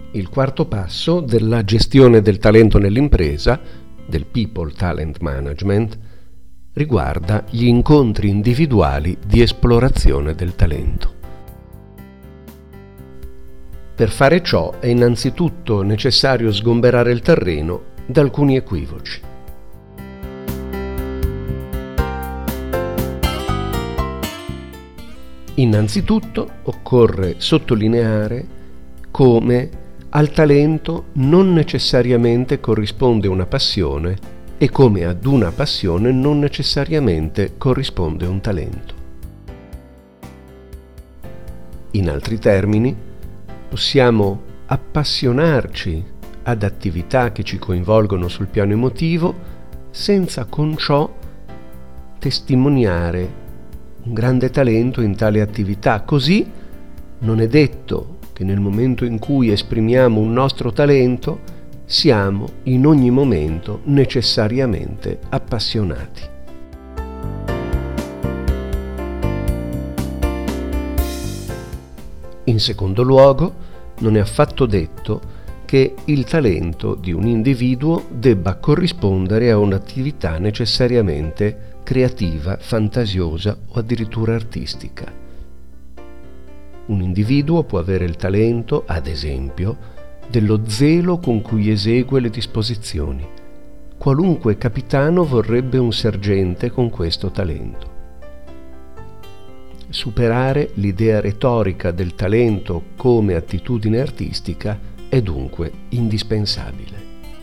Il quarto passo della gestione del talento nell'impresa, del People Talent Management, riguarda gli incontri individuali di esplorazione del talento. Per fare ciò è innanzitutto necessario sgomberare il terreno da alcuni equivoci. Innanzitutto occorre sottolineare come al talento non necessariamente corrisponde una passione e come ad una passione non necessariamente corrisponde un talento. In altri termini, possiamo appassionarci ad attività che ci coinvolgono sul piano emotivo senza con ciò testimoniare un grande talento in tale attività. Così non è detto che nel momento in cui esprimiamo un nostro talento siamo in ogni momento necessariamente appassionati. In secondo luogo, non è affatto detto che il talento di un individuo debba corrispondere a un'attività necessariamente creativa, fantasiosa o addirittura artistica. Un individuo può avere il talento, ad esempio, dello zelo con cui esegue le disposizioni. Qualunque capitano vorrebbe un sergente con questo talento. Superare l'idea retorica del talento come attitudine artistica è dunque indispensabile.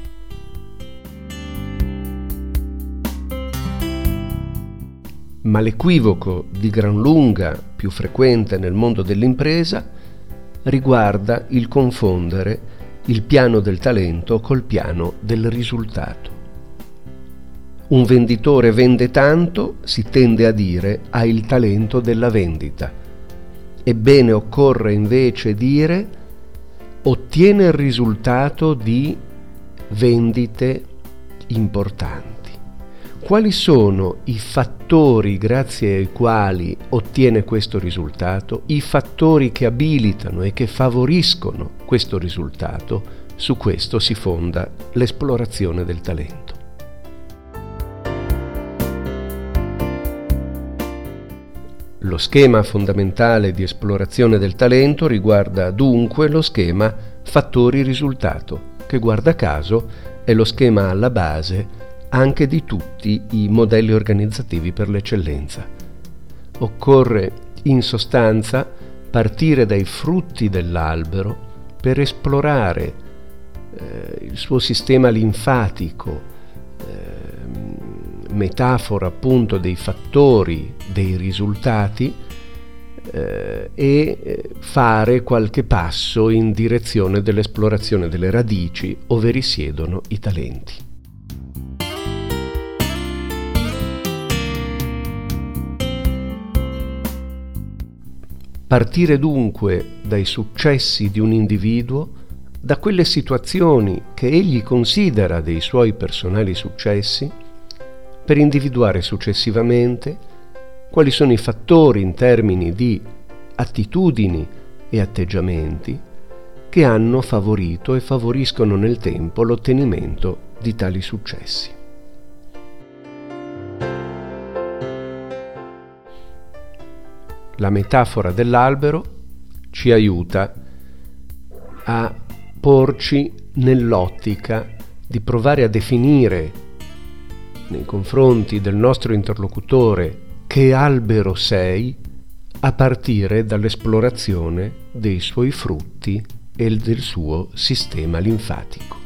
Ma l'equivoco di gran lunga più frequente nel mondo dell'impresa riguarda il confondere il piano del talento col piano del risultato. Un venditore vende tanto, si tende a dire, ha il talento della vendita. Ebbene, occorre invece dire ottiene il risultato di vendite importanti. Quali sono i fattori grazie ai quali ottiene questo risultato? I fattori che abilitano e che favoriscono questo risultato? Su questo si fonda l'esplorazione del talento. Lo schema fondamentale di esplorazione del talento riguarda dunque lo schema fattori-risultato, che guarda caso è lo schema alla base anche di tutti i modelli organizzativi per l'eccellenza. Occorre in sostanza partire dai frutti dell'albero per esplorare il suo sistema linfatico, metafora appunto dei fattori, dei risultati, e fare qualche passo in direzione dell'esplorazione delle radici ove risiedono i talenti. Partire dunque dai successi di un individuo, da quelle situazioni che egli considera dei suoi personali successi, per individuare successivamente quali sono i fattori in termini di attitudini e atteggiamenti che hanno favorito e favoriscono nel tempo l'ottenimento di tali successi. La metafora dell'albero ci aiuta a porci nell'ottica di provare a definire nei confronti del nostro interlocutore che albero sei a partire dall'esplorazione dei suoi frutti e del suo sistema linfatico.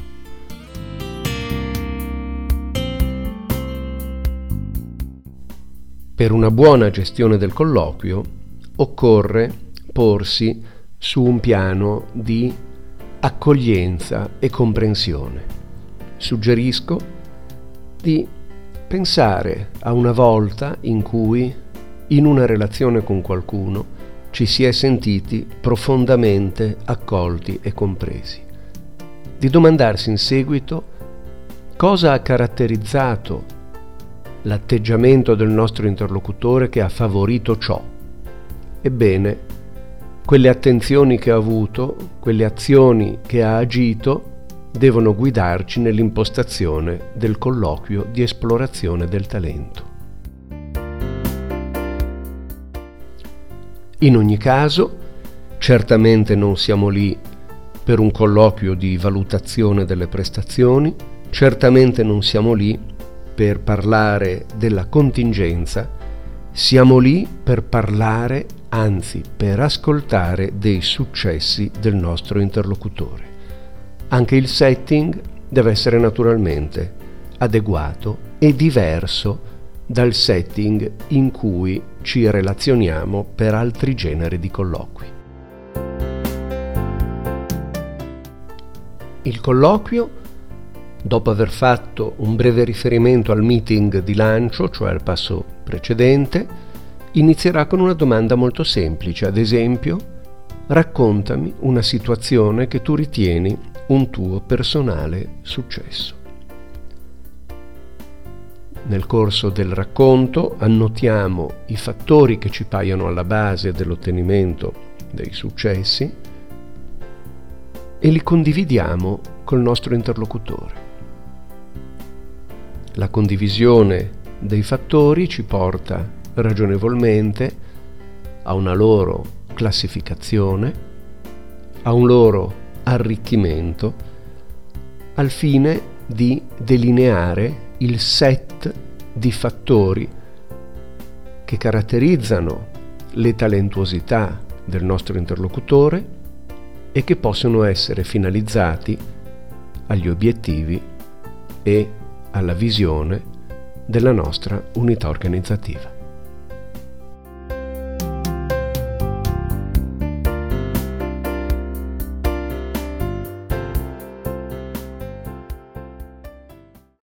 Per una buona gestione del colloquio occorre porsi su un piano di accoglienza e comprensione. Suggerisco di pensare a una volta in cui in una relazione con qualcuno ci si è sentiti profondamente accolti e compresi. Di domandarsi in seguito cosa ha caratterizzato l'atteggiamento del nostro interlocutore che ha favorito ciò. Ebbene, quelle attenzioni che ha avuto, quelle azioni che ha agito, devono guidarci nell'impostazione del colloquio di esplorazione del talento. In ogni caso, certamente non siamo lì per un colloquio di valutazione delle prestazioni, certamente non siamo lì per parlare della contingenza, siamo lì per parlare, anzi per ascoltare dei successi del nostro interlocutore. Anche il setting deve essere naturalmente adeguato e diverso dal setting in cui ci relazioniamo per altri generi di colloqui. Il colloquio, dopo aver fatto un breve riferimento al meeting di lancio, cioè al passo precedente, inizierà con una domanda molto semplice, ad esempio: raccontami una situazione che tu ritieni un tuo personale successo. Nel corso del racconto annotiamo i fattori che ci paiono alla base dell'ottenimento dei successi e li condividiamo col nostro interlocutore. La condivisione dei fattori ci porta ragionevolmente a una loro classificazione, a un loro arricchimento, al fine di delineare il set di fattori che caratterizzano le talentuosità del nostro interlocutore e che possono essere finalizzati agli obiettivi e alla visione della nostra unità organizzativa.